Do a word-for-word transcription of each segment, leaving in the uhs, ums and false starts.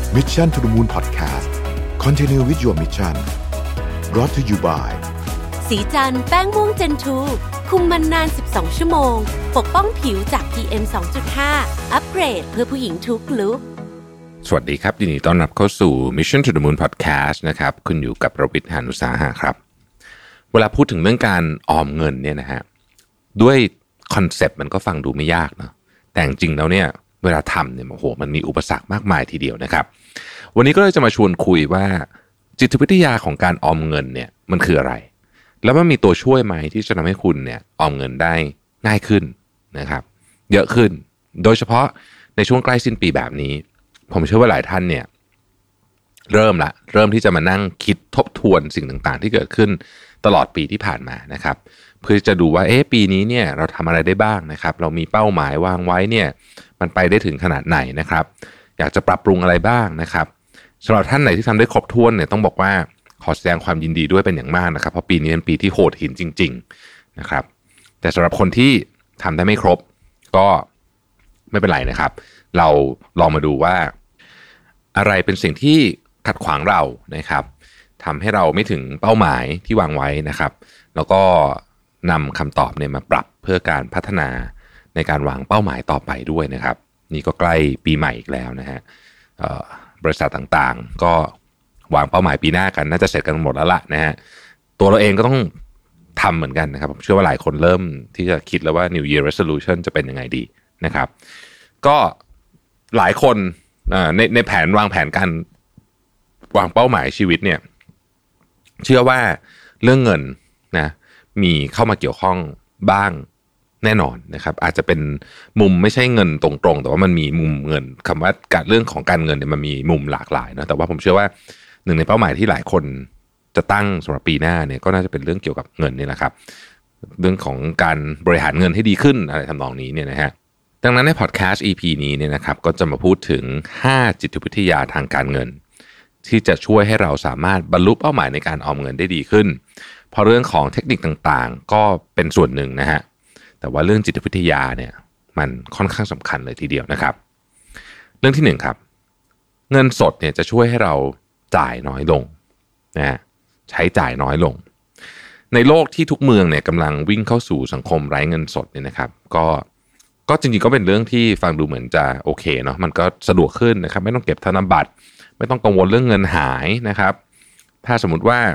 Mission to the Moon Podcast Continue with your mission brought to you by สีจันแป้งม่วงเจนทูคุมมันนานสิบสองชั่วโมงปกป้องผิวจาก พี เอ็ม สองจุดห้า อัปเกรดเพื่อผู้หญิงทุกลุคสวัสดีครับยินดีต้อนรับเข้าสู่ Mission to the Moon Podcast นะครับคุณอยู่กับประวิตร หาญอุตสาหะครับเวลาพูดถึงเรื่องการออมเงินเนี่ยนะฮะด้วยคอนเซปต์มันก็ฟังดูไม่ยากเนาะแต่จริงๆแล้วเนี่ยเวลาทำเนี่ยโอ้โหมันมีอุปสรรคมากมายทีเดียวนะครับวันนี้ก็เลยจะมาชวนคุยว่าจิตวิทยาของการออมเงินเนี่ยมันคืออะไรแล้วมันมีตัวช่วยไหมที่จะทำให้คุณเนี่ยออมเงินได้ง่ายขึ้นนะครับเยอะขึ้นโดยเฉพาะในช่วงใกล้สิ้นปีแบบนี้ผมเชื่อว่าหลายท่านเนี่ยเริ่มละเริ่มที่จะมานั่งคิดทบทวนสิ่งต่างๆที่เกิดขึ้นตลอดปีที่ผ่านมานะครับเพื่อจะดูว่าเอ๊ะปีนี้เนี่ยเราทำอะไรได้บ้างนะครับเรามีเป้าหมายวางไว้เนี่ยมันไปได้ถึงขนาดไหนนะครับอยากจะปรับปรุงอะไรบ้างนะครับสำหรับท่านไหนที่ทำได้ครบถ้วนเนี่ยต้องบอกว่าขอแสดงความยินดีด้วยเป็นอย่างมากนะครับเพราะปีนี้เป็นปีที่โหดหินจริงๆนะครับแต่สำหรับคนที่ทำได้ไม่ครบก็ไม่เป็นไรนะครับเราลองมาดูว่าอะไรเป็นสิ่งที่ขัดขวางเรานะครับทำให้เราไม่ถึงเป้าหมายที่วางไว้นะครับแล้วก็นำคำตอบเนี่ยมาปรับเพื่อการพัฒนาในการวางเป้าหมายต่อไปด้วยนะครับนี่ก็ใกล้ปีใหม่อีกแล้วนะฮะบริษัทต่างๆก็วางเป้าหมายปีหน้ากันน่าจะเสร็จกันหมดแล้วล่ะนะฮะตัวเราเองก็ต้องทำเหมือนกันนะครับผมเชื่อว่าหลายคนเริ่มที่จะคิดแล้วว่า New Year Resolution จะเป็นยังไงดีนะครับก็หลายคนในในแผนวางแผนการวางเป้าหมายชีวิตเนี่ยเชื่อว่าเรื่องเงินนะมีเข้ามาเกี่ยวข้องบ้างแน่นอนนะครับอาจจะเป็นมุมไม่ใช่เงินตรงๆแต่ว่ามันมีมุมเงินคำว่าการเรื่องของการเงินเนี่ยมันมีมุมหลากหลายนะแต่ว่าผมเชื่อว่าหนึ่งในเป้าหมายที่หลายคนจะตั้งสำหรับปีหน้าเนี่ยก็น่าจะเป็นเรื่องเกี่ยวกับเงินนี่แหละครับเรื่องของการบริหารเงินให้ดีขึ้นอะไรทำนองนี้เนี่ยนะฮะดังนั้นในพอดแคสต์ อี พี นี้เนี่ยนะครับก็จะมาพูดถึงห้าจิตวิทยาทางการเงินที่จะช่วยให้เราสามารถบรรลุเป้าหมายในการออมเงินได้ดีขึ้นเพราะเรื่องของเทคนิคต่างๆก็เป็นส่วนหนึ่งนะฮะแต่ว่าเรื่องจิตวิทยาเนี่ยมันค่อนข้างสำคัญเลยทีเดียวนะครับเรื่องที่หนึ่งครับเงินสดเนี่ยจะช่วยให้เราจ่ายน้อยลงนะใช้จ่ายน้อยลงในโลกที่ทุกเมืองเนี่ยกำลังวิ่งเข้าสู่สังคมไร้เงินสดเนี่ยนะครับก็ก็จริงๆก็เป็นเรื่องที่ฟังดูเหมือนจะโอเคเนาะมันก็สะดวกขึ้นนะครับไม่ต้องเก็บธนบัตรไม่ต้องกังวลเรื่องเงินหายนะครับถ้าสมมุติว่า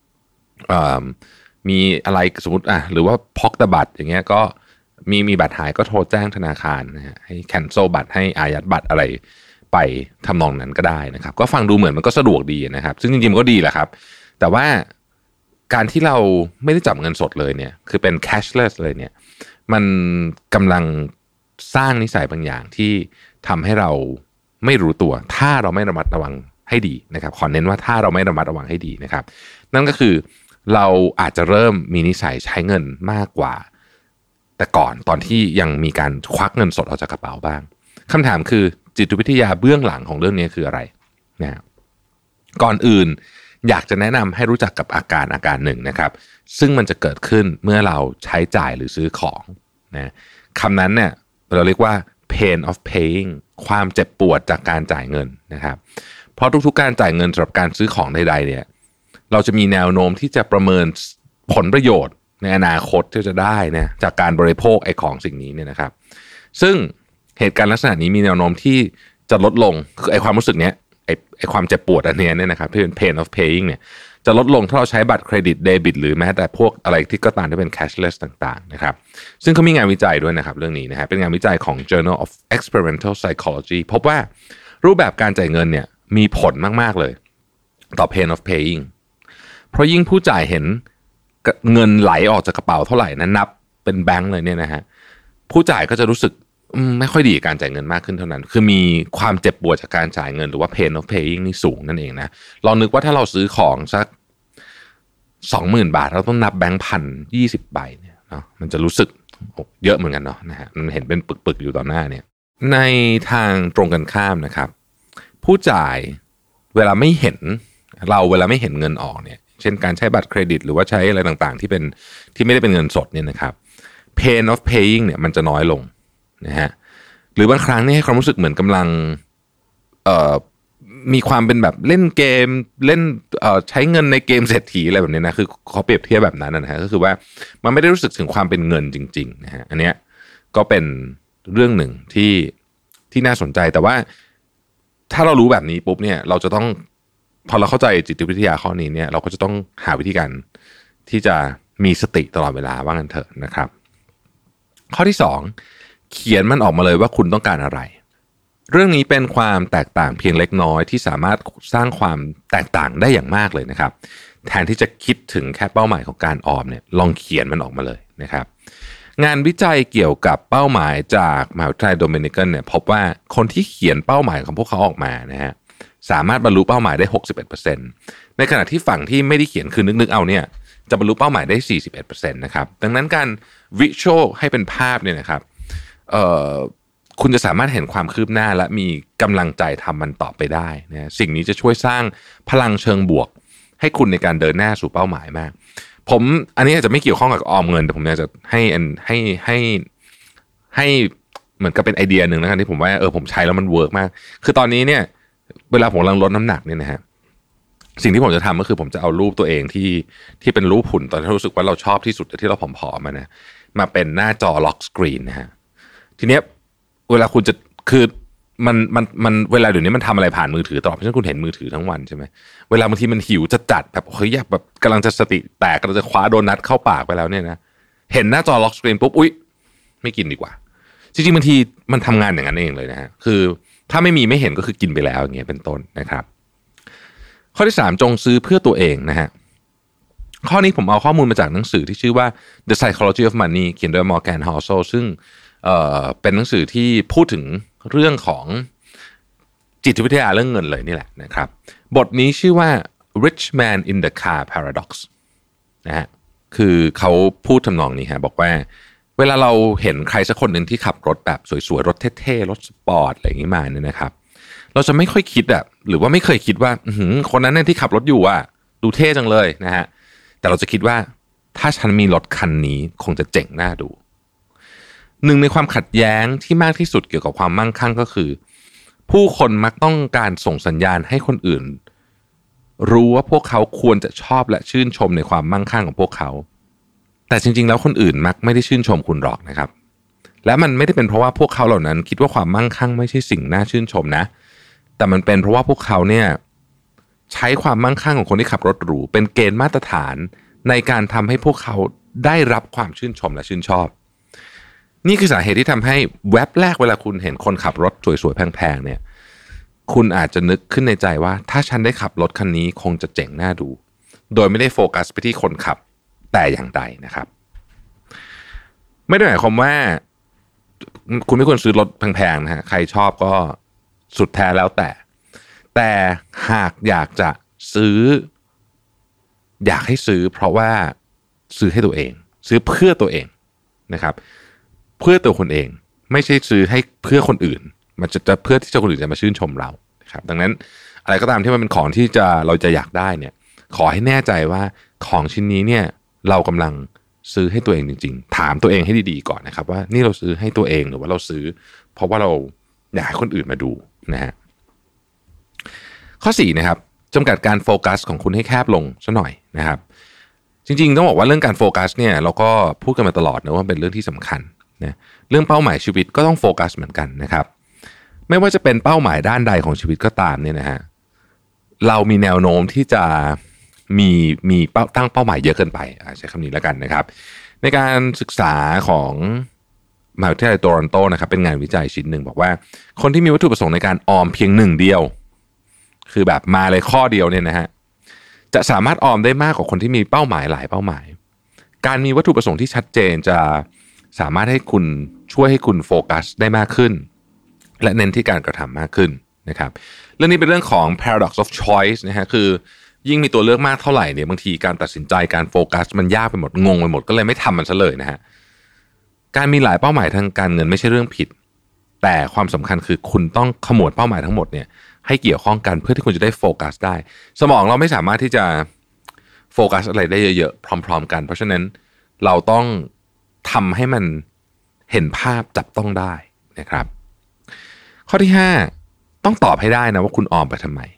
มีอะไรสมมติอ่ะหรือว่าพกบัตรอย่างเงี้ยก็มีมีบัตรหายก็โทรแจ้งธนาคารนะฮะให้แคนเซิลบัตรให้อายัดบัตรอะไรไปทำนองนั้นก็ได้นะครับก็ฟังดูเหมือนมันก็สะดวกดีนะครับซึ่งจริงๆมันก็ดีแหละครับแต่ว่าการที่เราไม่ได้จับเงินสดเลยเนี่ยคือเป็น cashless เลยเนี่ยมันกำลังสร้างนิสัยบางอย่างที่ทำให้เราไม่รู้ตัวถ้าเราไม่ระมัดระวังให้ดีนะครับขอเน้นว่าถ้าเราไม่ระมัดระวังให้ดีนะครับนั่นก็คือเราอาจจะเริ่มมีนิสัยใช้เงินมากกว่าแต่ก่อนตอนที่ยังมีการควักเงินสดออกจากกระเป๋าบ้างคำถามคือจิตวิทยาเบื้องหลังของเรื่องนี้คืออะไรนะก่อนอื่นอยากจะแนะนำให้รู้จักกับอาการอาการหนึ่งนะครับซึ่งมันจะเกิดขึ้นเมื่อเราใช้จ่ายหรือซื้อของนะคำนั้นเนี่ยเราเรียกว่า pain of paying ความเจ็บปวดจากการจ่ายเงินนะครับเพราะทุกๆการจ่ายเงินสำหรับการซื้อของใดๆเนี่ยเราจะมีแนวโน้มที่จะประเมินผลประโยชน์ในอนาคตที่จะได้นะจากการบริโภคไอ้ของสิ่งนี้เนี่ยนะครับซึ่งเหตุการณ์ลักษณะนี้มีแนวโน้มที่จะลดลงคือไอ้ความรู้สึกเนี้ยไอ้ไอ้ความเจ็บปวดอันเนี้ยเนี่ยนะครับที่เป็น pain of paying เนี่ยจะลดลงถ้าเราใช้บัตรเครดิตเดบิตหรือแม้แต่พวกอะไรที่ก็ตามที่เป็น cashless ต่างๆนะครับซึ่งเขามีงานวิจัยด้วยนะครับเรื่องนี้นะฮะเป็นงานวิจัยของ Journal of Experimental Psychology พบว่ารูปแบบการจ่ายเงินเนี่ยมีผลมากๆเลยต่อ pain of paying เพราะยิ่งผู้จ่ายเห็นเงินไหลออกจากกระเป๋าเท่าไหร่นั้นนับเป็นแบงค์เลยเนี่ยนะฮะผู้จ่ายก็จะรู้สึกไม่ค่อยดีกับการจ่ายเงินมากขึ้นเท่านั้นคือมีความเจ็บปวดจากการจ่ายเงินหรือว่า pain of paying นี่สูงนั่นเองนะลองนึกว่าถ้าเราซื้อของสัก สองหมื่น บาทเราต้องนับแบงค์พันยี่สิบใบเนี่ยเนาะมันจะรู้สึกเยอะเหมือนกันเนาะนะฮะมันเห็นเป็นปึกๆอยู่ต่อหน้าเนี่ยในทางตรงกันข้ามนะครับผู้จ่ายเวลาไม่เห็นเราเวลาไม่เห็นเงินออกเนี่ยเช่นการใช้บัตรเครดิตหรือว่าใช้อะไรต่างๆที่เป็นที่ไม่ได้เป็นเงินสดเนี่ยนะครับ pain of paying เนี่ยมันจะน้อยลงนะฮะหรือบางครั้งนี่ให้ความรู้สึกเหมือนกำลังเอ่อมีความเป็นแบบเล่นเกมเล่นเอ่อใช้เงินในเกมเศรษฐีอะไรแบบนี้นะคือเขาเปรียบเทียบแบบนั้นนะฮะก็คือว่ามันไม่ได้รู้สึกถึงความเป็นเงินจริงๆนะฮะอันเนี้ยก็เป็นเรื่องหนึ่งที่ที่น่าสนใจแต่ว่าถ้าเรารู้แบบนี้ปุ๊บเนี่ยเราจะต้องพอเราเข้าใจจิตวิทยาข้อนี้เนี่ยเราก็จะต้องหาวิธีการที่จะมีสติตลอดเวลาว่างั้นเถอะนะครับข้อที่สองเขียนมันออกมาเลยว่าคุณต้องการอะไรเรื่องนี้เป็นความแตกต่างเพียงเล็กน้อยที่สามารถสร้างความแตกต่างได้อย่างมากเลยนะครับแทนที่จะคิดถึงแค่เป้าหมายของการออมเนี่ยลองเขียนมันออกมาเลยนะครับงานวิจัยเกี่ยวกับเป้าหมายจากมหาวิทยาลัยโดมินิกันเนี่ยพบว่าคนที่เขียนเป้าหมายของพวกเขาออกมานะฮะสามารถบรรลุเป้าหมายได้ หกสิบเอ็ดเปอร์เซ็นต์ ในขณะที่ฝั่งที่ไม่ได้เขียนคือนึกๆเอาเนี่ยจะบรรลุเป้าหมายได้ สี่สิบเอ็ดเปอร์เซ็นต์ นะครับดังนั้นการวิชวลให้เป็นภาพเนี่ยนะครับเอ่อคุณจะสามารถเห็นความคืบหน้าและมีกำลังใจทำมันต่อไปได้นะสิ่งนี้จะช่วยสร้างพลังเชิงบวกให้คุณในการเดินหน้าสู่เป้าหมายมากผมอันนี้อาจจะไม่เกี่ยวข้องกับออมเงินแต่ผมอยากจะให้ให้ให้ให้เหมือนกับเป็นไอเดียหนึ่งนะครับที่ผมว่าเออผมใช้แล้วมันเวิร์กมากคือตอนนี้เนี่ยเวลาผมกำลังลดน้ำหนักเนี่ยนะฮะสิ่งที่ผมจะทำก็คือผมจะเอารูปตัวเองที่ที่เป็นรูปหุ่นตอนที่รู้สึกว่าเราชอบที่สุดที่เราผอมๆมานะมาเป็นหน้าจอล็อกสกรีนนะฮะทีเนี้ยเวลาคุณจะคือมันมันมันเวลาเดี๋ยวนี้มันทำอะไรผ่านมือถือตลอดเพราะฉะนั้นคุณเห็นมือถือทั้งวันใช่ไหมเวลาบางทีมันหิวจะจัดแบบเฮ้ยอยากแบบกำลังจะสติแตกกำลังจะคว้าโดนัทเข้าปากไปแล้วเนี่ยนะเห็นหน้าจอล็อกสกรีนปุ๊บอุ๊ยไม่กินดีกว่าจริงๆบางทีมันทำงานอย่างนั้นเองเลยนะฮะคือถ้าไม่มีไม่เห็นก็คือกินไปแล้วอย่างเงี้ยเป็นต้นนะครับข้อที่สามจงซื้อเพื่อตัวเองนะฮะข้อนี้ผมเอาข้อมูลมาจากหนังสือที่ชื่อว่า The Psychology of Money เขียนโดย Morgan Housel ซึ่งเอ่อเป็นหนังสือที่พูดถึงเรื่องของจิตวิทยาเรื่องเงินเลยนี่แหละนะครับบทนี้ชื่อว่า Rich Man in the Car Paradox นะฮะคือเขาพูดทำนองนี้ฮะบอกว่าเวลาเราเห็นใครสักคนหนึ่งที่ขับรถแบบสวยๆรถเท่ๆรถสปอร์ตอะไรอย่างนี้มาเนี่ยนะครับเราจะไม่ค่อยคิดอะหรือว่าไม่เคยคิดว่าคนนั้นเนี่ยที่ขับรถอยู่อะดูเท่จังเลยนะฮะแต่เราจะคิดว่าถ้าฉันมีรถคันนี้คงจะเจ๋งน่าดูหนึ่งในความขัดแย้งที่มากที่สุดเกี่ยวกับความมั่งคั่งก็คือผู้คนมักต้องการส่งสัญญาณให้คนอื่นรู้ว่าพวกเขาควรจะชอบและชื่นชมในความมั่งคั่งของพวกเขาแต่จริงๆแล้วคนอื่นมักไม่ได้ชื่นชมคุณหรอกนะครับและมันไม่ได้เป็นเพราะว่าพวกเขาเหล่านั้นคิดว่าความมั่งคั่งไม่ใช่สิ่งน่าชื่นชมนะแต่มันเป็นเพราะว่าพวกเขาเนี่ยใช้ความมั่งคั่งของคนที่ขับรถหรูเป็นเกณฑ์มาตรฐานในการทำให้พวกเขาได้รับความชื่นชมและชื่นชอบนี่คือสาเหตุที่ทำให้แว็บแรกเวลาคุณเห็นคนขับรถสวยๆแพงๆเนี่ยคุณอาจจะนึกขึ้นในใจว่าถ้าฉันได้ขับรถคันนี้คงจะเจ๋งน่าดูโดยไม่ได้โฟกัสไปที่คนขับแต่อย่างใดนะครับไม่ได้หมายความว่าคุณไม่ควรซื้อรถแพงๆนะฮะใครชอบก็สุดแท้แล้วแต่แต่หากอยากจะซื้ออยากให้ซื้อเพราะว่าซื้อให้ตัวเองซื้อเพื่อตัวเองนะครับเพื่อตัวคนเองไม่ใช่ซื้อให้เพื่อคนอื่นมันจะจะเพื่อที่จะคนอื่นจะมาชื่นชมเรานะครับดังนั้นอะไรก็ตามที่มันเป็นของที่จะเราจะอยากได้เนี่ยขอให้แน่ใจว่าของชิ้นนี้เนี่ยเรากำลังซื้อให้ตัวเองจริงๆถามตัวเองให้ดีๆก่อนนะครับว่านี่เราซื้อให้ตัวเองหรือว่าเราซื้อเพราะว่าเราอยากให้คนอื่นมาดูนะฮะข้อสี่นะครับจำกัดการโฟกัสของคุณให้แคบลงซะหน่อยนะครับจริงๆต้องบอกว่าเรื่องการโฟกัสเนี่ยเราก็พูดกันมาตลอดนะว่าเป็นเรื่องที่สำคัญนะเรื่องเป้าหมายชีวิตก็ต้องโฟกัสเหมือนกันนะครับไม่ว่าจะเป็นเป้าหมายด้านใดของชีวิตก็ตามเนี่ยนะฮะเรามีแนวโน้มที่จะมีมีเป้าตั้งเป้าหมายเยอะเกินไปใช้คำนี้แล้วกันนะครับในการศึกษาของมหาวิทยาลัยโตรอนโตนะครับเป็นงานวิจัยชิ้นหนึ่งบอกว่าคนที่มีวัตถุประสงค์ในการออมเพียงหนึ่งเดียวคือแบบมาเลยข้อเดียวเนี่ยนะฮะจะสามารถออมได้มากกว่าคนที่มีเป้าหมายหลายเป้าหมายการมีวัตถุประสงค์ที่ชัดเจนจะสามารถให้คุณช่วยให้คุณโฟกัสได้มากขึ้นและเน้นที่การกระทำมากขึ้นนะครับเรื่องนี้เป็นเรื่องของ paradox of choice นะฮะคือยิ่งมีตัวเลือกมากเท่าไหร่เนี่ยบางทีการตัดสินใจการโฟกัสมันยากไปหมดงงไปหมดก็เลยไม่ทำมันซะเลยนะฮะการมีหลายเป้าหมายทางการเงินไม่ใช่เรื่องผิดแต่ความสำคัญคือคุณต้องขมวดเป้าหมายทั้งหมดเนี่ยให้เกี่ยวข้องกันเพื่อที่คุณจะได้โฟกัสได้สมองเราไม่สามารถที่จะโฟกัสอะไรได้เยอะๆพร้อมๆกันเพราะฉะนั้นเราต้องทำให้มันเห็นภาพจับต้องได้นะครับข้อที่ห้าต้องตอบให้ได้นะว่าคุณออมไปทำไม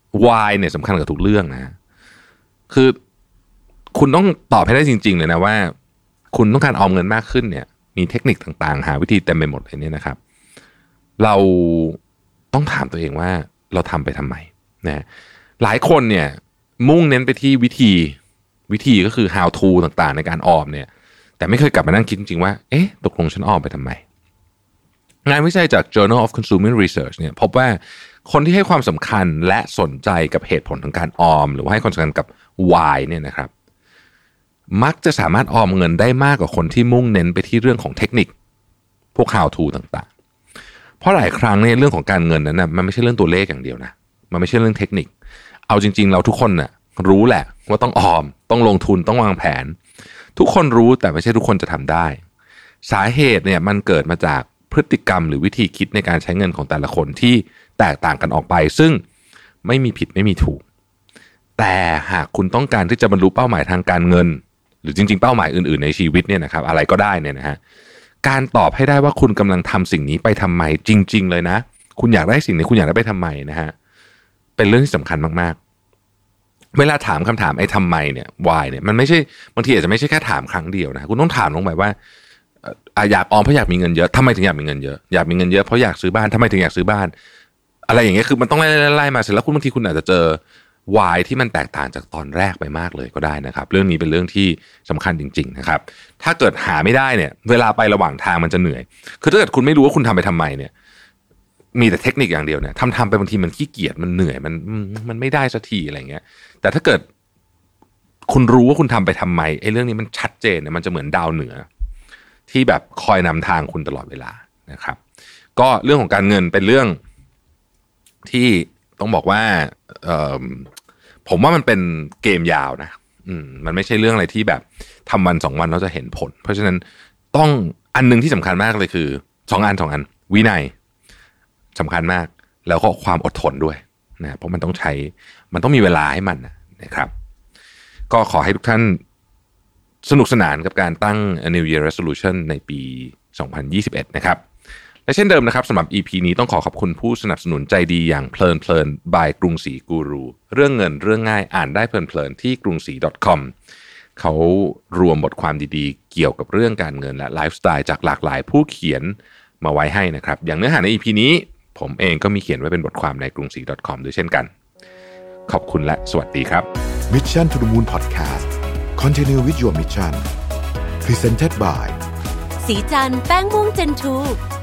why เนี่ยสำคัญกับทุกเรื่องนะคือคุณต้องตอบให้ได้จริงๆเลยนะว่าคุณต้องการออมเงินมากขึ้นเนี่ยมีเทคนิคต่างๆหาวิธีเต็มไปหมดเลยเนี่ยนะครับเราต้องถามตัวเองว่าเราทำไปทำไมนะหลายคนเนี่ยมุ่งเน้นไปที่วิธีวิธีก็คือ how to ต่างๆในการออมเนี่ยแต่ไม่เคยกลับมานั่งคิดจริงๆว่าเอ๊ะตกลงฉันออมไปทำไมงานวิจัยจาก Journal of Consumer Research เนี่ยพบว่าคนที่ให้ความสำคัญและสนใจกับเหตุผลของการออมหรือว่าให้ความสำคัญกับ why เนี่ยนะครับมักจะสามารถออมเงินได้มากกว่าคนที่มุ่งเน้นไปที่เรื่องของเทคนิคพวก how to ต่างๆเพราะหลายครั้งเนี่ยเรื่องของการเงินนั้นนะมันไม่ใช่เรื่องตัวเลขอย่างเดียวนะมันไม่ใช่เรื่องเทคนิคเอาจริงๆเราทุกคนน่ะรู้แหละว่าต้องออมต้องลงทุนต้องวางแผนทุกคนรู้แต่ไม่ใช่ทุกคนจะทำได้สาเหตุเนี่ยมันเกิดมาจากพฤติกรรมหรือวิธีคิดในการใช้เงินของแต่ละคนที่แตกต่างกันออกไปซึ่งไม่มีผิดไม่มีถูกแต่หากคุณต้องการที่จะบรรลุเป้าหมายทางการเงินหรือจริงๆเป้าหมายอื่นๆในชีวิตเนี่ยนะครับอะไรก็ได้เนี่ยนะฮะการตอบให้ได้ว่าคุณกำลังทำสิ่งนี้ไปทำไมจริงๆเลยนะคุณอยากได้สิ่งนี้คุณอยากได้ไปทำไมนะฮะเป็นเรื่องที่สำคัญมากๆเวลาถามคำถามไอ้ทำไมเนี่ย why เนี่ยมันไม่ใช่บางทีอาจจะไม่ใช่แค่ถามครั้งเดียวนะคุณต้องถามลงไปว่าอยากออมเพราะอยากมีเงินเยอะทำไมถึงอยากมีเงินเยอะอยากมีเงินเยอะเพราะอยากซื้อบ้านทำไมถึงอยากซื้อบ้านอะไรอย่างเงี้ยคือมันต้องไล่ไล่มาเสร็จแล้วคุณบางทีคุณอาจจะเจอ why ที่มันแตกต่างจากตอนแรกไปมากเลยก็ได้นะครับเรื่องนี้เป็นเรื่องที่สำคัญจริงๆนะครับถ้าเกิดหาไม่ได้เนี่ยเวลาไประหว่างทางมันจะเหนื่อยคือถ้าเกิดคุณไม่รู้ว่าคุณทำไปทำไมเนี่ยมีแต่เทคนิคอย่างเดียวเนี่ยทำทำไปบางทีมันขี้เกียจมันเหนื่อยมันมันไม่ได้สักทีอะไรเงี้ยแต่ถ้าเกิดคุณรู้ว่าคุณทำไปทำไมไอ้เรื่องนี้มันชัดเจนเนี่ยมันจะเหมือนดาวเหนือที่แบบคอยนำทางคุณตลอดเวลานะครับก็เรื่องของการเงินเป็นเรื่องที่ต้องบอกว่าผมว่ามันเป็นเกมยาวนะอืมมันไม่ใช่เรื่องอะไรที่แบบทำวันสองวันเราจะเห็นผลเพราะฉะนั้นต้องอันนึงที่สำคัญมากเลยคือสองอันสองอันวินัยสำคัญมากแล้วก็ความอดทนด้วยนะเพราะมันต้องใช้มันต้องมีเวลาให้มันนะครับก็ขอให้ทุกท่านสนุกสนานกับการตั้ง New Year Resolution ในปีสองพันยี่สิบเอ็ดนะครับและเช่นเดิมนะครับสำหรับ อี พี นี้ต้องขอขอบคุณผู้สนับสนุนใจดีอย่างเพลินเพลิน by กรุงศรีกูรูเรื่องเงินเรื่องง่ายอ่านได้เพลินเพลินที่กรุงศรี .com เขารวมบทความดีๆเกี่ยวกับเรื่องการเงินและไลฟ์สไตล์จากหลากหลายผู้เขียนมาไว้ให้นะครับอย่างเนื้อหาใน อี พี นี้ผมเองก็มีเขียนไว้เป็นบทความในกรุงศรี .com ด้วยเช่นกันขอบคุณและสวัสดีครับ Mission to the Moon Podcast Continue with your mission Presented by สีจันแป้งม่วงเจนทู